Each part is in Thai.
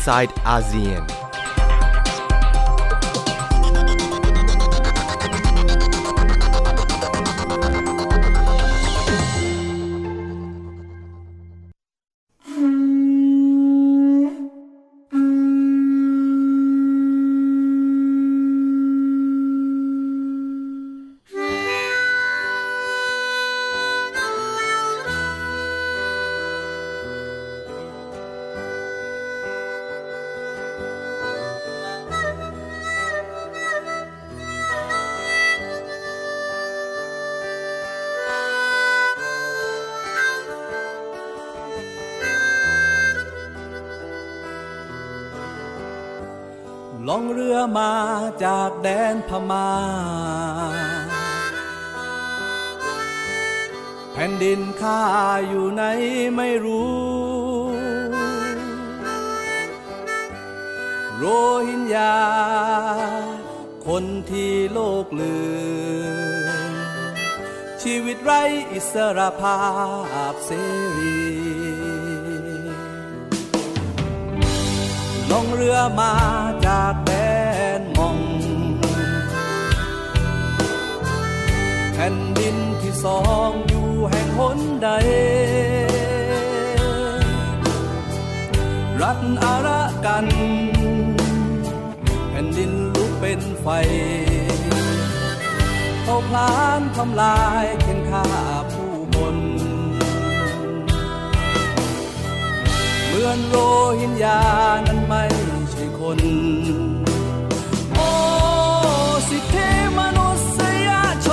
Inside ASEAN ล่องเรือมาจากแดนพม่าแผ่นดินข้าอยู่ไหนไม่รู้โรฮิงญาคนที่โลกลืมชีวิตไร้อิสรภาพเสรีล่องเรือมาจากแดนมองแผ่นดินที่สองอยู่แห่งหนใดรัฐอาระกันแผ่นดินลุกเป็นไฟเขาพลานทำลายเข็นฆ่าผู้คนเหมือนโรฮิงญานั้นไม่ใช่คนโอ้สิทธิมนุษยช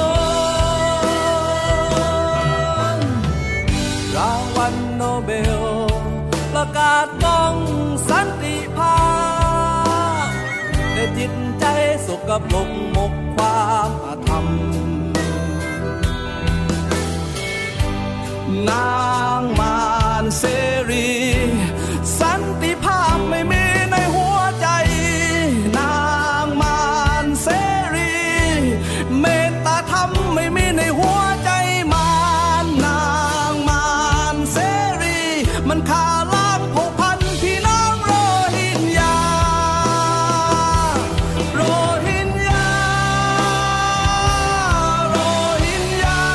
นรางวัลโนเบลประกาศป้องสันติภาพแต่จิตใจสกปรกหมกความอาธรรมนางมารเสรีสันติภาพไม่มีในหัวใจนางมารเสรีเมตตาธรรมไม่มีในหัวใจมารนางมารเสรีมันฆ่าล้างเผ่าพันธุ์พี่น้องโรฮิงญาโรฮิงญาโรฮิงญา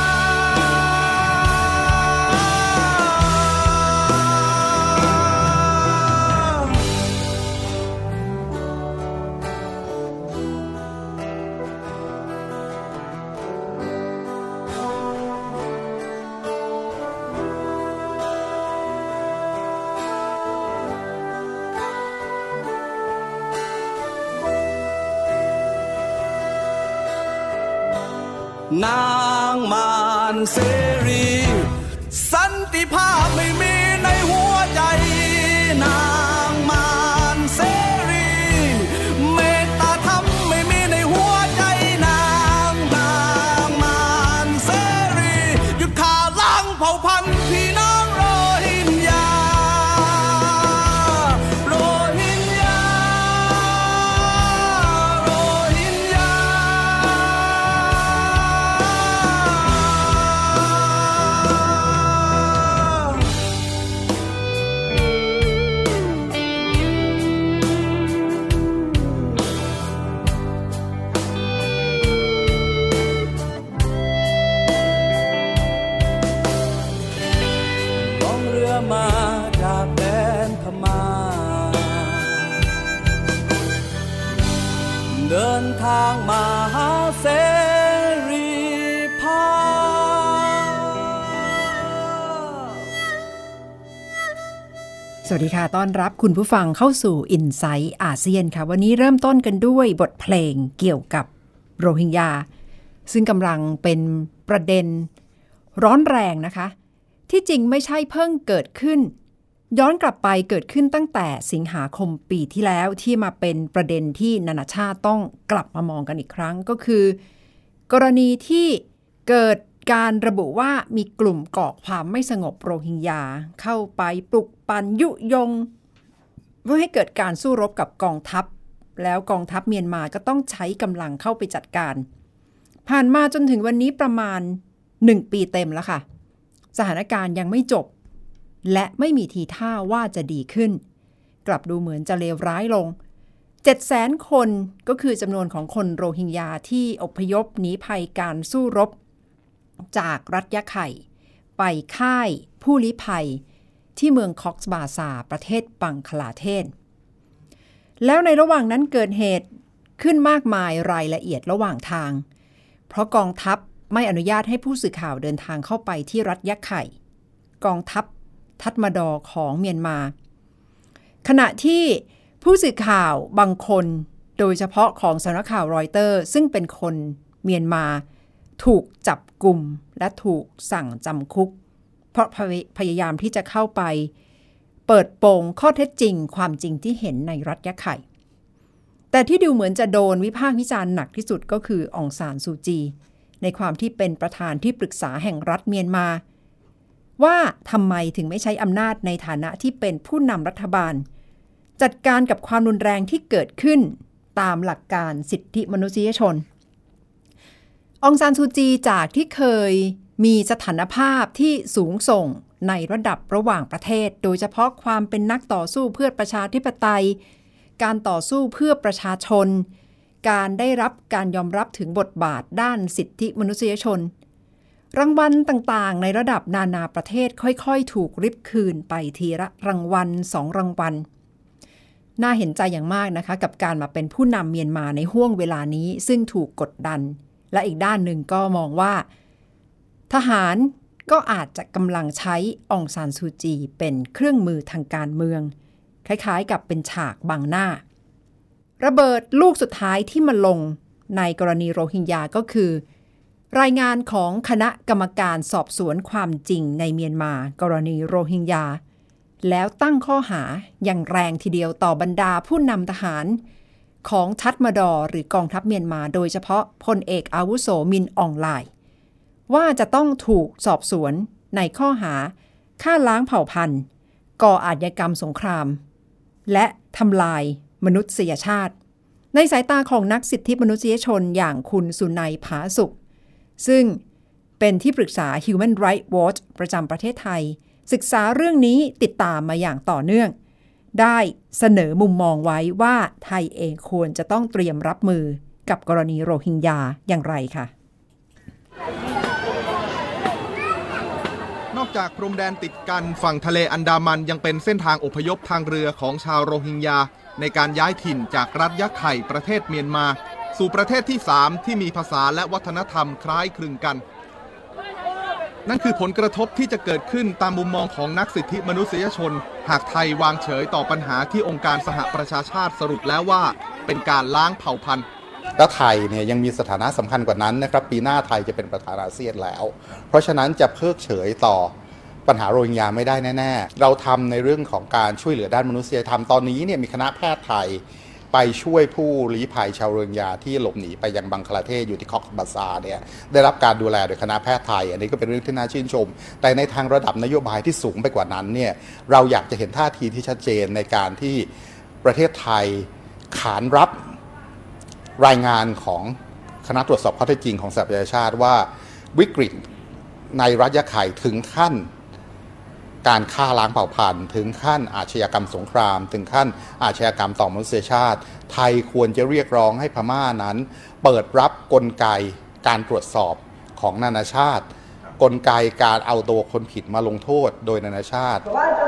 นางมารเสรีสันติภาพไม่มีในหัวใจนางมารเสรีเมตตาธรรมไม่มีในหัวใจนางมารเสรีหยุดฆ่าล้างเผ่าพันธุ์พี่น้องโรฮิงญาโรฮิงญาโรฮิงญามาจากแดนพม่าเดินทางมาหาเสรีภาพสวัสดีค่ะต้อนรับคุณผู้ฟังเข้าสู่ Inside อาเซียนค่ะวันนี้เริ่มต้นกันด้วยบทเพลงเกี่ยวกับโรฮิงญาซึ่งกำลังเป็นประเด็นร้อนแรงนะคะที่จริงไม่ใช่เพิ่งเกิดขึ้นย้อนกลับไปเกิดขึ้นตั้งแต่สิงหาคมปีที่แล้วที่มาเป็นประเด็นที่นานาชาติต้องกลับมามองกันอีกครั้งก็คือกรณีที่เกิดการระบุว่ามีกลุ่มก่อความไม่สงบโรฮิงญาเข้าไปปลุกปั่นยุยงเพื่อให้เกิดการสู้รบกับกองทัพแล้วกองทัพเมียนมาก็ต้องใช้กำลังเข้าไปจัดการผ่านมาจนถึงวันนี้ประมาณ1 ปีเต็มแล้วค่ะสถานการณ์ยังไม่จบและไม่มีทีท่าว่าจะดีขึ้นกลับดูเหมือนจะเลวร้ายลง 700,000 คนก็คือจำนวนของคนโรฮิงญาที่อพยพหนีภัยการสู้รบจากรัฐยะไข่ไปค่ายผู้ลี้ภัยที่เมืองคอกซ์บาซาประเทศบังคลาเทศแล้วในระหว่างนั้นเกิดเหตุขึ้นมากมายรายละเอียดระหว่างทางเพราะกองทัพไม่อนุญาตให้ผู้สื่อข่าวเดินทางเข้าไปที่รัฐยะไข่กองทัพทัดมาดอของเมียนมาขณะที่ผู้สื่อข่าวบางคนโดยเฉพาะของสำนักข่าวรอยเตอร์ซึ่งเป็นคนเมียนมาถูกจับกุมและถูกสั่งจำคุกเพราะพยายามที่จะเข้าไปเปิดโปงข้อเท็จจริงความจริงที่เห็นในรัฐยะไข่แต่ที่ดูเหมือนจะโดนวิพากษ์วิจารณ์หนักที่สุดก็คือองซานซูจีในความที่เป็นประธานที่ปรึกษาแห่งรัฐเมียนมาว่าทำไมถึงไม่ใช้อำนาจในฐานะที่เป็นผู้นำรัฐบาลจัดการกับความรุนแรงที่เกิดขึ้นตามหลักการสิทธิมนุษยชนองซานซูจีจากที่เคยมีสถานภาพที่สูงส่งในระดับระหว่างประเทศโดยเฉพาะความเป็นนักต่อสู้เพื่อประชาธิปไตยการต่อสู้เพื่อประชาชนการได้รับการยอมรับถึงบทบาทด้านสิทธิมนุษยชนรางวัลต่างๆในระดับนานาประเทศค่อยๆถูกริบคืนไปทีละรางวัล2 รางวัลน่าเห็นใจอย่างมากนะคะกับการมาเป็นผู้นำเมียนมาในห้วงเวลานี้ซึ่งถูกกดดันและอีกด้านหนึ่งก็มองว่าทหารก็อาจจะกำลังใช้องซานซูจีเป็นเครื่องมือทางการเมืองคล้ายๆกับเป็นฉากบังหน้าระเบิดลูกสุดท้ายที่มาลงในกรณีโรฮิงญาก็คือรายงานของคณะกรรมการสอบสวนความจริงในเมียนมากรณีโรฮิงญาแล้วตั้งข้อหาอย่างแรงทีเดียวต่อบรรดาผู้นำทหารของทัดมาดอหรือกองทัพเมียนมาโดยเฉพาะพลเอกอาวุโสมินอองไลน์ว่าจะต้องถูกสอบสวนในข้อหาฆ่าล้างเผ่าพันธุ์ก่ออาชญากรรมสงครามและทำลายมนุษยชาติในสายตาของนักสิทธิมนุษยชนอย่างคุณสุนัยผาสุขซึ่งเป็นที่ปรึกษา Human Rights Watch ประจำประเทศไทยศึกษาเรื่องนี้ติดตามมาอย่างต่อเนื่องได้เสนอมุมมองไว้ว่าไทยเองควรจะต้องเตรียมรับมือกับกรณีโรฮิงญาอย่างไรค่ะนอกจากพรมแดนติดกันฝั่งทะเลอันดามันยังเป็นเส้นทางอพยพทางเรือของชาวโรฮิงญาในการย้ายถิ่นจากรัฐยะไข่ประเทศเมียนมาสู่ประเทศที่3ที่มีภาษาและวัฒนธรรมคล้ายคลึงกันนั่นคือผลกระทบที่จะเกิดขึ้นตามมุมมองของนักสิทธิมนุษยชนหากไทยวางเฉยต่อปัญหาที่องค์การสหประชาชาติสรุปแล้วว่าเป็นการล้างเผ่าพันธุ์และไทยเนี่ยยังมีสถานะสำคัญกว่านั้นนะครับปีหน้าไทยจะเป็นประธานอาเซียนแล้วเพราะฉะนั้นจะเพิกเฉยต่อปัญหาโรฮิงญาไม่ได้แน่ๆเราทำในเรื่องของการช่วยเหลือด้านมนุษยธรรมตอนนี้เนี่ยมีคณะแพทย์ไทยไปช่วยผู้ลี้ภัยชาวโรฮิงญาที่หลบหนีไปยังบังคลาเทศอยู่ที่คอกซ์บาซาเนี่ยได้รับการดูแลโดยคณะแพทย์ไทยอันนี้ก็เป็นเรื่องที่น่าชื่นชมแต่ในทางระดับนโยบายที่สูงไปกว่านั้นเนี่ยเราอยากจะเห็นท่าทีที่ชัดเจนในการที่ประเทศไทยขานรับรายงานของคณะตรวจสอบข้อเท็จจริงของสหประชาชาติว่าวิกฤตในรัฐยะไข่ถึงขั้นการฆ่าล้างเผ่าพันธุ์ถึงขั้นอาชญากรรมสงครามถึงขั้นอาชญากรรมต่อมนุษยชาติไทยควรจะเรียกร้องให้พม่านั้นเปิดรับกลไกการตรวจสอบของนานาชาติกลไกการเอาตัวคนผิดมาลงโทษโดยนานาชาติ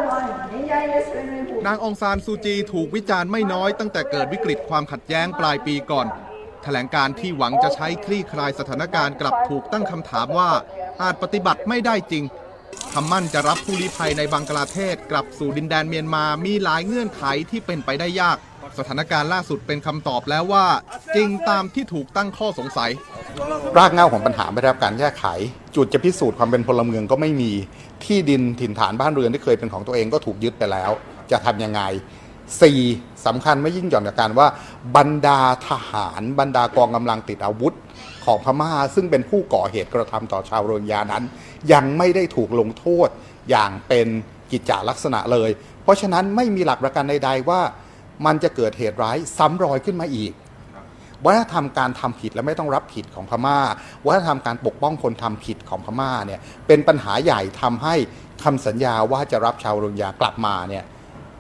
นางองซานซูจีถูกวิจารณ์ไม่น้อยตั้งแต่เกิดวิกฤตความขัดแย้งปลายปีก่อนแถลงการที่หวังจะใช้คลี่คลายสถานการณ์กลับถูกตั้งคำถามว่าอาจปฏิบัติไม่ได้จริงคำมั่นจะรับผู้ลี้ภัยในบังกลาเทศกลับสู่ดินแดนเมียนมามีหลายเงื่อนไขที่เป็นไปได้ยากสถานการณ์ล่าสุดเป็นคำตอบแล้วว่าจริงตามที่ถูกตั้งข้อสงสัยรากเหง้าของปัญหาไม่ได้รับการแก้ไขจุดจะพิสูจน์ความเป็นพลเมืองก็ไม่มีที่ดินถิ่นฐานบ้านเรือนที่เคยเป็นของตัวเองก็ถูกยึดไปแล้วจะทำยังไง4สำคัญไม่ยิ่งหย่อนกับการว่าบรรดาทหารบรรดากองกำลังติดอาวุธของพม่าซึ่งเป็นผู้ก่อเหตุกระทำต่อชาวโรฮิงญานั้นยังไม่ได้ถูกลงโทษอย่างเป็นกิจจลักษณะเลยเพราะฉะนั้นไม่มีหลักประกันใดๆว่ามันจะเกิดเหตุร้ายซ้ำรอยขึ้นมาอีกวัฒนธรรมการทำผิดและไม่ต้องรับผิดของพม่าวัฒนธรรมการปกป้องคนทำผิดของพม่าเนี่ยเป็นปัญหาใหญ่ทำให้คำสัญญาว่าจะรับชาวโรฮิงญากลับมาเนี่ย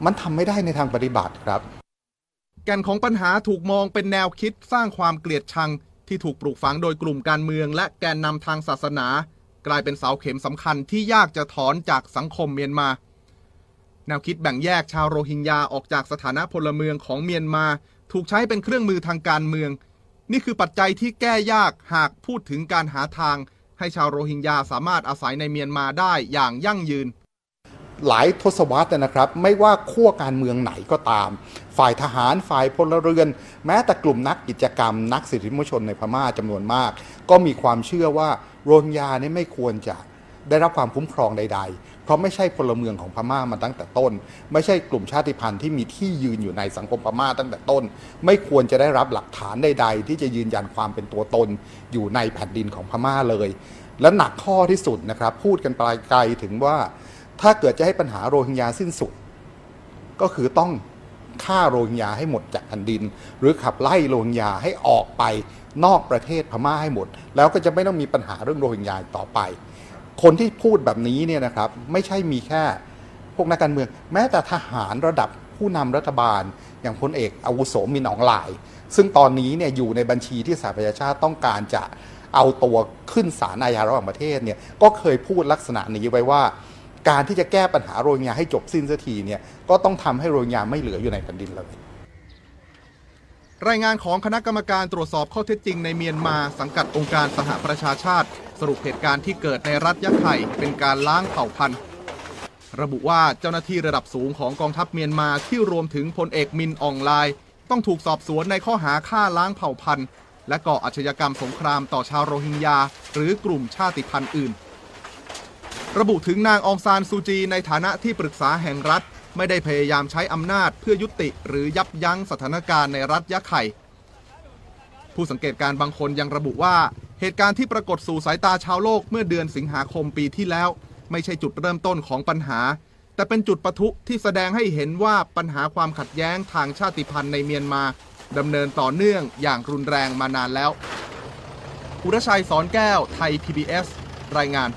มันทำไม่ได้ในทางปฏิบัติครับแก่นของปัญหาถูกมองเป็นแนวคิดสร้างความเกลียดชังที่ถูกปลูกฝังโดยกลุ่มการเมืองและแกนนำทางศาสนากลายเป็นเสาเข็มสำคัญที่ยากจะถอนจากสังคมเมียนมาแนวคิดแบ่งแยกชาวโรฮิงญาออกจากสถานะพลเมืองของเมียนมาถูกใช้เป็นเครื่องมือทางการเมืองนี่คือปัจจัยที่แก้ยากหากพูดถึงการหาทางให้ชาวโรฮิงญาสามารถอาศัยในเมียนมาได้อย่างยั่งยืนหลายทศวรรษนะครับไม่ว่าขั้วการเมืองไหนก็ตามฝ่ายทหารฝ่ายพลเรือนแม้แต่กลุ่มนักกิจกรรมนักสิทธิมนุษยชนในพม่าจำนวนมากก็มีความเชื่อว่าโรฮิงญานี่ไม่ควรจะได้รับความคุ้มครองใดๆเพราะไม่ใช่พลเมืองของพม่ามาตั้งแต่ต้นไม่ใช่กลุ่มชาติพันธุ์ที่มีที่ยืนอยู่ในสังคมพม่าตั้งแต่ต้นไม่ควรจะได้รับหลักฐานใดๆที่จะยืนยันความเป็นตัวตนอยู่ในแผ่นดินของพม่าเลยและหนักข้อที่สุดนะครับพูดกันไปไกลถึงว่าถ้าเกิดจะให้ปัญหาโรฮิงญาสิ้นสุดก็คือต้องฆ่าโรฮิงญาให้หมดจากแผ่นดินหรือขับไล่โรฮิงญาให้ออกไปนอกประเทศพม่าให้หมดแล้วก็จะไม่ต้องมีปัญหาเรื่องโรฮิงญาต่อไปคนที่พูดแบบนี้เนี่ยนะครับไม่ใช่มีแค่พวกนักการเมืองแม้แต่ทหารระดับผู้นำรัฐบาลอย่างพลเอกอาวุโสมินอองหลายซึ่งตอนนี้เนี่ยอยู่ในบัญชีที่สหประชาชาติต้องการจะเอาตัวขึ้นศาลอาญาระหว่างประเทศเนี่ยก็เคยพูดลักษณะนี้ไว้ว่าการที่จะแก้ปัญหาโรฮิงญาให้จบสิ้นสักทีเนี่ยก็ต้องทำให้โรฮิงญาไม่เหลืออยู่ในแผ่นดินเลยรายงานของคณะกรรมการตรวจสอบข้อเท็จจริงในเมียนมาสังกัดองค์การสหประชาชาติสรุปเหตุการณ์ที่เกิดในรัฐยะไข่เป็นการล้างเผ่าพันธุ์ระบุว่าเจ้าหน้าที่ระดับสูงของกองทัพเมียนมาที่รวมถึงพลเอกมินอองไลน์ต้องถูกสอบสวนในข้อหาฆ่าล้างเผ่าพันธุ์และก่ออาชญากรรมสงครามต่อชาวโรฮิงญาหรือกลุ่มชาติพันธุ์อื่นระบุถึงนางองซานซูจีในฐานะที่ปรึกษาแห่งรัฐไม่ได้พยายามใช้อำนาจเพื่อยุติหรือยับยั้งสถานการณ์ในรัฐยะไข่ผู้สังเกตการณ์บางคนยังระบุว่าเหตุการณ์ที่ปรากฏสู่สายตาชาวโลกเมื่อเดือนสิงหาคมปีที่แล้วไม่ใช่จุดเริ่มต้นของปัญหาแต่เป็นจุดปะทุที่แสดงให้เห็นว่าปัญหาความขัดแย้งทางชาติพันธุ์ในเมียนมาดำเนินต่อเนื่องอย่างรุนแรงมานานแล้วอุรชัยสอนแก้วไทย PBS รายงาน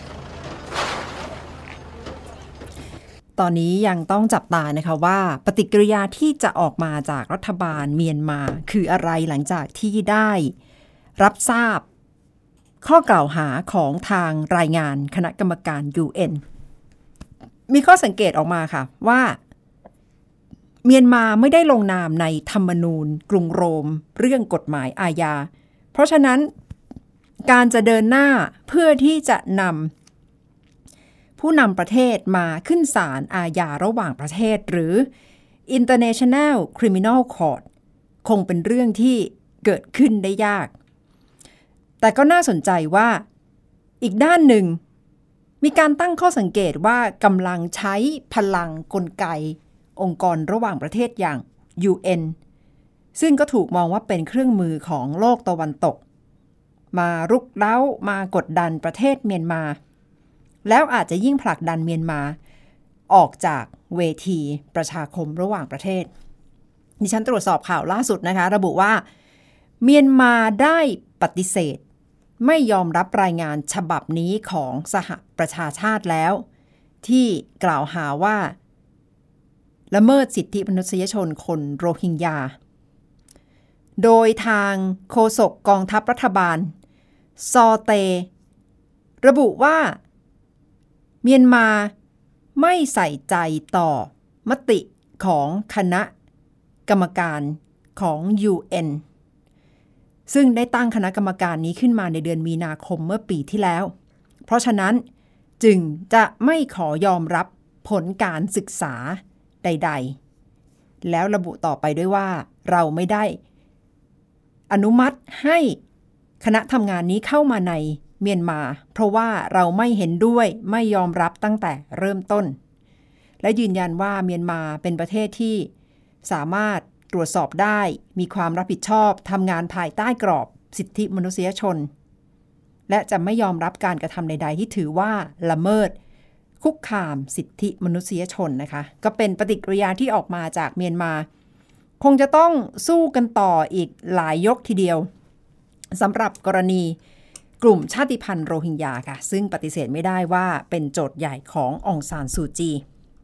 ตอนนี้ยังต้องจับตานะคะว่าปฏิกิริยาที่จะออกมาจากรัฐบาลเมียนมาคืออะไรหลังจากที่ได้รับทราบข้อกล่าวหาของทางรายงานคณะกรรมการ UN มีข้อสังเกตออกมาค่ะว่าเมียนมาไม่ได้ลงนามในธรรมนูญกรุงโรมเรื่องกฎหมายอาญาเพราะฉะนั้นการจะเดินหน้าเพื่อที่จะนำผู้นำประเทศมาขึ้นศาลอาญาระหว่างประเทศหรือ International Criminal Court คงเป็นเรื่องที่เกิดขึ้นได้ยากแต่ก็น่าสนใจว่าอีกด้านหนึ่งมีการตั้งข้อสังเกตว่ากำลังใช้พลังกลไกองค์กรระหว่างประเทศอย่าง UN ซึ่งก็ถูกมองว่าเป็นเครื่องมือของโลกตะวันตกมารุกเร้ามากดดันประเทศเมียนมาแล้วอาจจะยิ่งผลักดันเมียนมาออกจากเวทีประชาคมระหว่างประเทศดิฉันตรวจสอบข่าวล่าสุดนะคะระบุว่าเมียนมาได้ปฏิเสธไม่ยอมรับรายงานฉบับนี้ของสหประชาชาติแล้วที่กล่าวหาว่าละเมิดสิทธิมนุษยชนคนโรฮิงญาโดยทางโฆษกกองทัพรัฐบาลซอเตระบุว่าเมียนมาไม่ใส่ใจต่อมติของคณะกรรมการของ UN ซึ่งได้ตั้งคณะกรรมการนี้ขึ้นมาในเดือนมีนาคมเมื่อปีที่แล้วเพราะฉะนั้นจึงจะไม่ขอยอมรับผลการศึกษาใดๆแล้วระบุต่อไปด้วยว่าเราไม่ได้อนุมัติให้คณะทำงานนี้เข้ามาในเมียนมาเพราะว่าเราไม่เห็นด้วยไม่ยอมรับตั้งแต่เริ่มต้นและยืนยันว่าเมียนมาเป็นประเทศที่สามารถตรวจสอบได้มีความรับผิดชอบทำงานภายใต้กรอบสิทธิมนุษยชนและจะไม่ยอมรับการกระทำใดๆที่ถือว่าละเมิดคุกคามสิทธิมนุษยชนนะคะก็เป็นปฏิกิริยาที่ออกมาจากเมียนมาคงจะต้องสู้กันต่ออีกหลายยกทีเดียวสำหรับกรณีกลุ่มชาติพันธุ์โรฮิงญาค่ะซึ่งปฏิเสธไม่ได้ว่าเป็นโจทย์ใหญ่ขององซานซูจี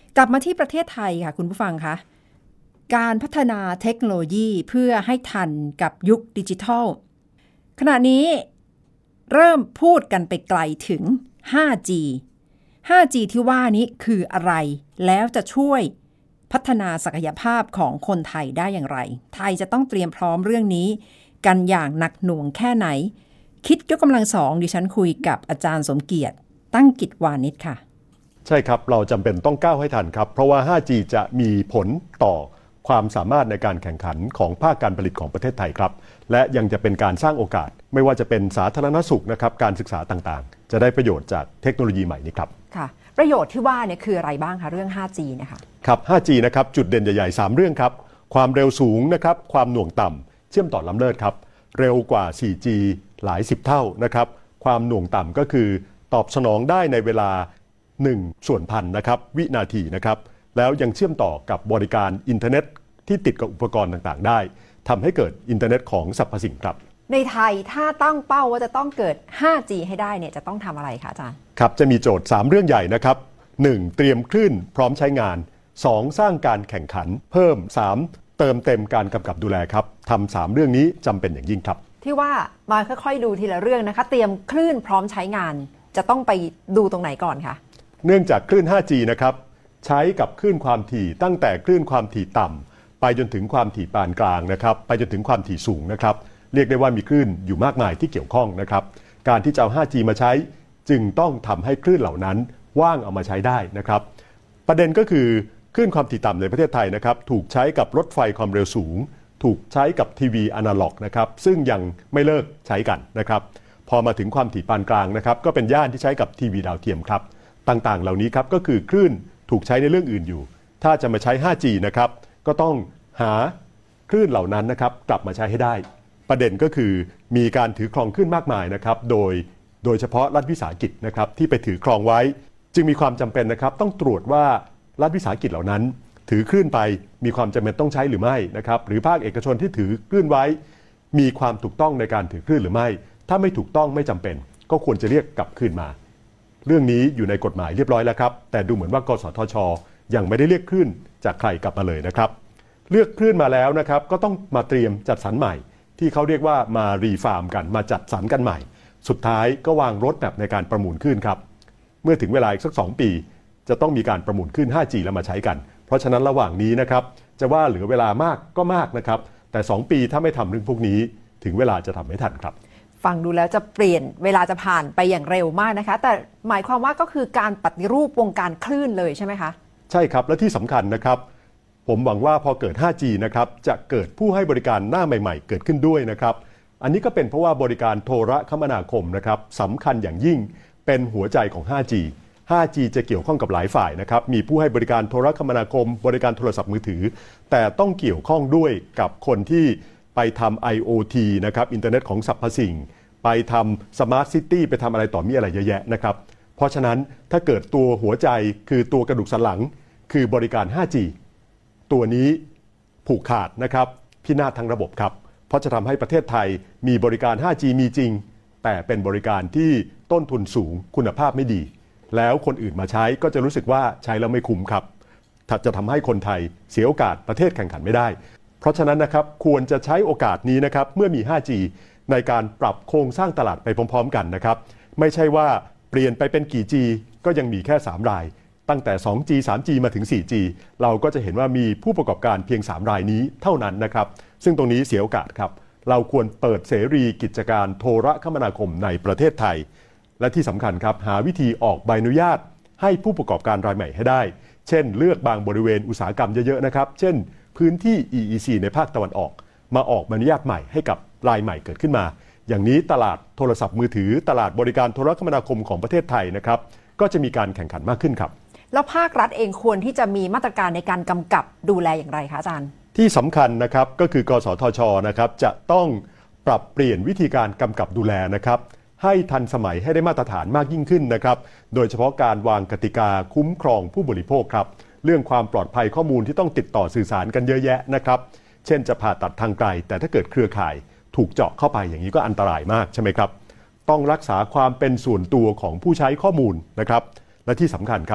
กลับมาที่ประเทศไทยค่ะคุณผู้ฟังคะการพัฒนาเทคโนโลยีเพื่อให้ทันกับยุคดิจิทัลขณะนี้เริ่มพูดกันไปไกลถึง 5G ที่ว่านี้คืออะไรแล้วจะช่วยพัฒนาศักยภาพของคนไทยได้อย่างไรไทยจะต้องเตรียมพร้อมเรื่องนี้กันอย่างหนักหน่วงแค่ไหนคิดยกกำลัง2ดิฉันคุยกับอาจารย์สมเกียรติตั้งกิจวานิชค่ะใช่ครับเราจำเป็นต้องก้าวให้ทันครับเพราะว่า 5G จะมีผลต่อความสามารถในการแข่งขันของภาคการผลิตของประเทศไทยครับและยังจะเป็นการสร้างโอกาสไม่ว่าจะเป็นสาธารณสุขนะครับการศึกษาต่างๆจะได้ประโยชน์จากเทคโนโลยีใหม่นี้ครับค่ะประโยชน์ที่ว่าเนี่ยคืออะไรบ้างคะเรื่อง 5G นะคะครับ 5G นะครับจุดเด่นใหญ่ๆ3เรื่องครับความเร็วสูงนะครับความหน่วงต่ำเชื่อมต่อล้ำเลิศครับเร็วกว่า 4G หลาย10เท่านะครับความหน่วงต่ำก็คือตอบสนองได้ในเวลา1/1000นะครับวินาทีนะครับแล้วยังเชื่อมต่อกับบริการอินเทอร์เน็ตที่ติดกับอุปกรณ์ต่างๆได้ทำให้เกิดอินเทอร์เน็ตของสรรพสิ่งครับในไทยถ้าตั้งเป้าว่าจะต้องเกิด 5G ให้ได้เนี่ยจะต้องทำอะไรคะอาจารย์ครับจะมีโจทย์3เรื่องใหญ่นะครับ1เตรียมคลื่นพร้อมใช้งาน2สร้างการแข่งขันเพิ่ม3เติมเต็มการกำกับดูแลครับทำ3เรื่องนี้จำเป็นอย่างยิ่งครับที่ว่ามาค่อยๆดูทีละเรื่องนะคะเตรียมคลื่นพร้อมใช้งานจะต้องไปดูตรงไหนก่อนคะเนื่องจากคลื่น 5G นะครับใช้กับคลื่นความถี่ตั้งแต่คลื่นความถี่ต่ำไปจนถึงความถี่ปานกลางนะครับไปจนถึงความถี่สูงนะครับเรียกได้ว่ามีคลื่นอยู่มากมายที่เกี่ยวข้องนะครับการที่จะเอา 5G มาใช้จึงต้องทำให้คลื่นเหล่านั้นว่างเอามาใช้ได้นะครับประเด็นก็คือคลื่นความถี่ต่ำในประเทศไทยนะครับถูกใช้กับรถไฟความเร็วสูงถูกใช้กับทีวีอนาล็อกนะครับซึ่งยังไม่เลิกใช้กันนะครับพอมาถึงความถี่ปานกลางนะครับก็เป็นย่านที่ใช้กับทีวีดาวเทียมครับต่างๆเหล่านี้ครับก็คือคลื่นถูกใช้ในเรื่องอื่นอยู่ถ้าจะมาใช้ 5G นะครับก็ต้องหาคลื่นเหล่านั้นนะครับกลับมาใช้ให้ได้ประเด็นก็คือมีการถือครองคลื่นมากมายนะครับโดยเฉพาะรัฐวิสาหกิจนะครับที่ไปถือครองไว้จึงมีความจำเป็นนะครับต้องตรวจว่ารัฐวิสาหกิจเหล่านั้นถือคลื่นไปมีความจำเป็นต้องใช้หรือไม่นะครับหรือภาคเอกชนที่ถือคลื่นไว้มีความถูกต้องในการถือคลื่นหรือไม่ถ้าไม่ถูกต้องไม่จำเป็นก็ควรจะเรียกกลับคืนมาเรื่องนี้อยู่ในกฎหมายเรียบร้อยแล้วครับแต่ดูเหมือนว่ากสทช.ยังไม่ได้เรียกคลื่นจากใครกลับมาเลยนะครับเลือกคลื่นมาแล้วนะครับก็ต้องมาเตรียมจัดสรรใหม่ที่เขาเรียกว่ามารีฟาร์มกันมาจัดสรรกันใหม่สุดท้ายก็วางรถแมพในการประมูลคลื่นครับเมื่อถึงเวลาอีกสัก2ปีจะต้องมีการประมูลคลื่น 5G แล้วมาใช้กันเพราะฉะนั้นระหว่างนี้นะครับจะว่าเหลือเวลามากก็มากนะครับแต่2ปีถ้าไม่ทำเรื่องพวกนี้ถึงเวลาจะทำไม่ทันครับฟังดูแล้วจะเปลี่ยนเวลาจะผ่านไปอย่างเร็วมากนะคะแต่หมายความว่าก็คือการปฏิรูปวงการคลื่นเลยใช่ไหมคะใช่ครับและที่สำคัญนะครับผมหวังว่าพอเกิด 5G นะครับจะเกิดผู้ให้บริการหน้าใหม่ๆเกิดขึ้นด้วยนะครับอันนี้ก็เป็นเพราะว่าบริการโทรคมนาคมนะครับสำคัญอย่างยิ่งเป็นหัวใจของ 5G จะเกี่ยวข้องกับหลายฝ่ายนะครับมีผู้ให้บริการโทรคมนาคมบริการโทรศัพท์มือถือแต่ต้องเกี่ยวข้องด้วยกับคนที่ไปทำ IoT นะครับอินเทอร์เน็ตของสรรพสิ่งไปทำ Smart City ไปทำอะไรต่อมีอะไรเยอะแยะนะครับเพราะฉะนั้นถ้าเกิดตัวหัวใจคือตัวกระดูกสันหลังคือบริการ 5G ตัวนี้ผูกขาดนะครับพินาศทั้งระบบครับเพราะจะทำให้ประเทศไทยมีบริการ 5G มีจริงแต่เป็นบริการที่ต้นทุนสูงคุณภาพไม่ดีแล้วคนอื่นมาใช้ก็จะรู้สึกว่าใช้แล้วไม่คุ้มครับถ้าจะทำให้คนไทยเสียโอกาสประเทศแข่งขันไม่ได้เพราะฉะนั้นนะครับควรจะใช้โอกาสนี้นะครับเมื่อมี 5G ในการปรับโครงสร้างตลาดไปพร้อมๆกันนะครับไม่ใช่ว่าเปลี่ยนไปเป็นกี่ G ก็ยังมีแค่3รายตั้งแต่ 2G 3G มาถึง 4G เราก็จะเห็นว่ามีผู้ประกอบการเพียง3รายนี้เท่านั้นนะครับซึ่งตรงนี้เสียโอกาสครับเราควรเปิดเสรีกิจการโทรคมนาคมในประเทศไทยและที่สำคัญครับหาวิธีออกใบอนุญาตให้ผู้ประกอบการรายใหม่ให้ได้เช่นเลือกบางบริเวณอุตสาหกรรมเยอะๆนะครับเช่นพื้นที่ EEC ในภาคตะวันออกมาออกใบอนุญาตใหม่ให้กับรายใหม่เกิดขึ้นมาอย่างนี้ตลาดโทรศัพท์มือถือตลาดบริการโทรคมนาคมของประเทศไทยนะครับก็จะมีการแข่งขันมากขึ้นครับแล้วภาครัฐเองควรที่จะมีมาตรการในการกำกับดูแลอย่างไรคะอาจารย์ที่สำคัญนะครับก็คือกสทช.นะครับจะต้องปรับเปลี่ยนวิธีการกำกับดูแลนะครับให้ทันสมัยให้ได้มาตรฐานมากยิ่งขึ้นนะครับโดยเฉพาะการวางกติกาคุ้มครองผู้บริโภคครับเรื่องความปลอดภัยข้อมูลที่ต้องติดต่อสื่อสารกันเยอะแยะนะครับเช่นจะผ่าตัดทางไกลแต่ถ้าเกิดเครือข่ายถูกเจาะเข้าไปอย่างนี้ก็อันตรายมากใช่ไหมครับต้องรักษาความเป็นส่วนตัวของผู้ใช้ข้อมูลนะครับและที่สำคัญครับ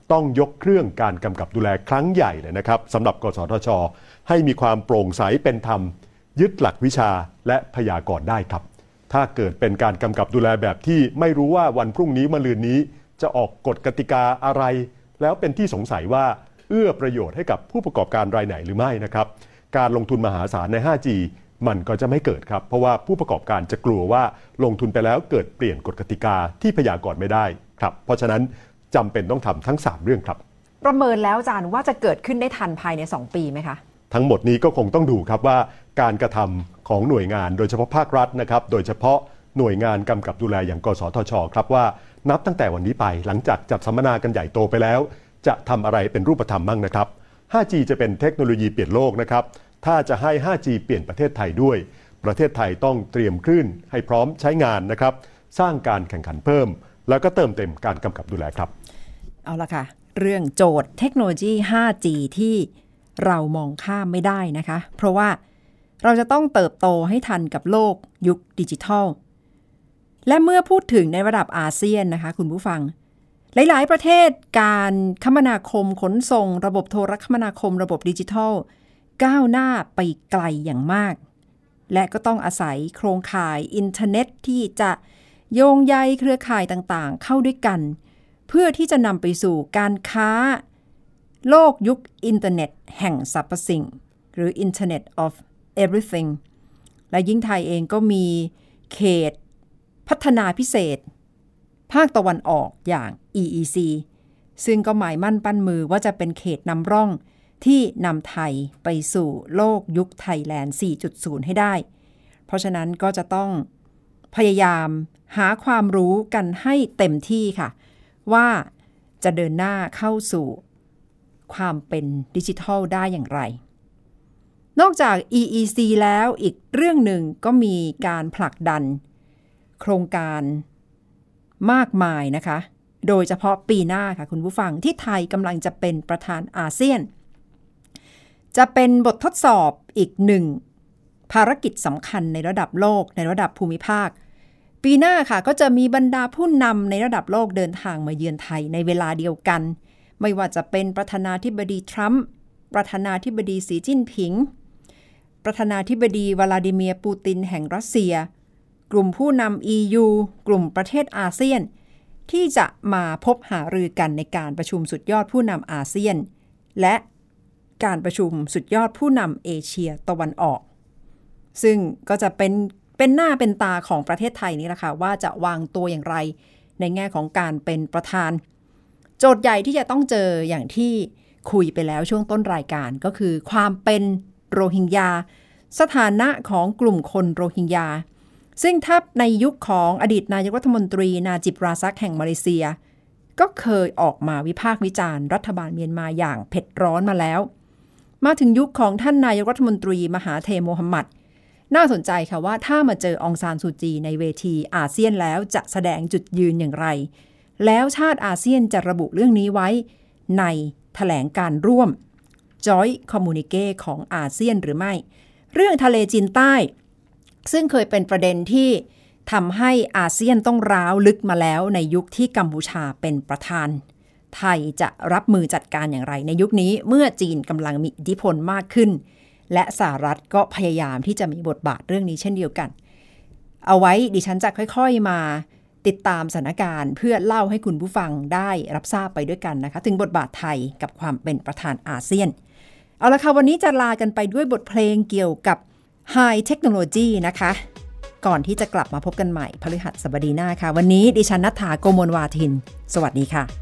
ต้องยกเครื่องการกำกับดูแลครั้งใหญ่เลยนะครับสำหรับกสทช.ให้มีความโปร่งใสเป็นธรรมยึดหลักวิชาและพยากรณ์ได้ครับถ้าเกิดเป็นการกำกับดูแลแบบที่ไม่รู้ว่าวันพรุ่งนี้มะรืนนี้จะออกกฎกติกาอะไรแล้วเป็นที่สงสัยว่าเอื้อประโยชน์ให้กับผู้ประกอบการรายไหนหรือไม่นะครับการลงทุนมหาศาลใน 5G มันก็จะไม่เกิดครับเพราะว่าผู้ประกอบการจะกลัวว่าลงทุนไปแล้วเกิดเปลี่ยนกฎกติกาที่พยากรณ์ไม่ได้ครับเพราะฉะนั้นจำเป็นต้องทำทั้ง3เรื่องครับประเมินแล้วอาจารย์ว่าจะเกิดขึ้นได้ทันภายใน2 ปีไหมคะทั้งหมดนี้ก็คงต้องดูครับว่าการกระทำของหน่วยงานโดยเฉพาะภาครัฐนะครับโดยเฉพาะหน่วยงานกำกับดูแลอย่างกสทช.ครับว่านับตั้งแต่วันนี้ไปหลังจากจัดสัมมนากันใหญ่โตไปแล้วจะทำอะไรเป็นรูปธรรมบ้างนะครับ 5G จะเป็นเทคโนโลยีเปลี่ยนโลกนะครับถ้าจะให้ 5G เปลี่ยนประเทศไทยด้วยประเทศไทยต้องเตรียมคลื่นให้พร้อมใช้งานนะครับสร้างการแข่งขันเพิ่มแล้วก็เติมเต็มการกำกับดูแลครับเอาละค่ะเรื่องโจทย์เทคโนโลยี 5G ที่เรามองข้ามไม่ได้นะคะเพราะว่าเราจะต้องเติบโตให้ทันกับโลกยุคดิจิทัลและเมื่อพูดถึงในระดับอาเซียนนะคะคุณผู้ฟังหลายๆประเทศการคมนาคมขนส่งระบบโทรคมนาคมระบบดิจิทัลก้าวหน้าไปไกลอย่างมากและก็ต้องอาศัยโครงข่ายอินเทอร์เน็ตที่จะโยงใยเครือข่ายต่างๆเข้าด้วยกันเพื่อที่จะนำไปสู่การค้าโลกยุคอินเทอร์เน็ตแห่งสรรพสิ่งหรือ Internet of Everything และยิ่งไทยเองก็มีเขตพัฒนาพิเศษภาคตะวันออกอย่าง EEC ซึ่งก็หมายมั่นปั้นมือว่าจะเป็นเขตนำร่องที่นำไทยไปสู่โลกยุคไทยแลนด์ 4.0 ให้ได้เพราะฉะนั้นก็จะต้องพยายามหาความรู้กันให้เต็มที่ค่ะว่าจะเดินหน้าเข้าสู่ความเป็นดิจิทัลได้อย่างไรนอกจาก EEC แล้วอีกเรื่องหนึ่งก็มีการผลักดันโครงการมากมายนะคะโดยเฉพาะปีหน้าค่ะคุณผู้ฟังที่ไทยกำลังจะเป็นประธานอาเซียนจะเป็นบททดสอบอีกหนึ่งภารกิจสำคัญในระดับโลกในระดับภูมิภาคปีหน้าค่ะก็จะมีบรรดาผู้นำในระดับโลกเดินทางมาเยือนไทยในเวลาเดียวกันไม่ว่าจะเป็นประธานาธิบดีทรัมป์ประธานาธิบดีสีจิ้นผิงประธานาธิบดีวลาดิเมียร์ปูตินแห่งรัสเซียกลุ่มผู้นำ EU กลุ่มประเทศอาเซียนที่จะมาพบหารือกันในการประชุมสุดยอดผู้นำอาเซียนและการประชุมสุดยอดผู้นำเอเชียตะวันออกซึ่งก็จะเป็นหน้าเป็นตาของประเทศไทยนี่แหละค่ะว่าจะวางตัวอย่างไรในแง่ของการเป็นประธานโจทย์ใหญ่ที่จะต้องเจออย่างที่คุยไปแล้วช่วงต้นรายการก็คือความเป็นโรฮิงญาสถานะของกลุ่มคนโรฮิงญาซึ่งถ้าในยุคของอดีตนายกรัฐมนตรีนาจิบราซักแห่งมาเลเซียก็เคยออกมาวิพากษ์วิจารณ์รัฐบาลเมียนมาอย่างเผ็ดร้อนมาแล้วมาถึงยุคของท่านนายกรัฐมนตรีมหาเทโมฮัมหมัดน่าสนใจค่ะว่าถ้ามาเจอองซานซูจีในเวทีอาเซียนแล้วจะแสดงจุดยืนอย่างไรแล้วชาติอาเซียนจะระบุเรื่องนี้ไว้ในแถลงการร่วม Joint Communique ของอาเซียนหรือไม่เรื่องทะเลจีนใต้ซึ่งเคยเป็นประเด็นที่ทำให้อาเซียนต้องร้าวลึกมาแล้วในยุคที่กัมพูชาเป็นประธานไทยจะรับมือจัดการอย่างไรในยุคนี้เมื่อจีนกำลังมีอิทธิพลมากขึ้นและสหรัฐก็พยายามที่จะมีบทบาทเรื่องนี้เช่นเดียวกันเอาไว้ดิฉันจะค่อยๆมาติดตามสถานการณ์เพื่อเล่าให้คุณผู้ฟังได้รับทราบไปด้วยกันนะคะถึงบทบาทไทยกับความเป็นประธานอาเซียนเอาละค่ะวันนี้จะลากันไปด้วยบทเพลงเกี่ยวกับHigh Technology นะคะก่อนที่จะกลับมาพบกันใหม่พฤหัสบดีหน้าค่ะวันนี้ดิฉันณัฐฐา โกมลวาทินสวัสดีค่ะ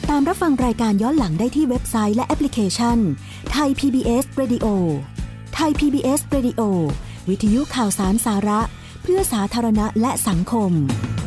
ตามรับฟังรายการย้อนหลังได้ที่เว็บไซต์และแอปพลิเคชัน Thai PBS Radio Thai PBS Radio วิทยุข่าวสารสาระเพื่อสาธารณะและสังคม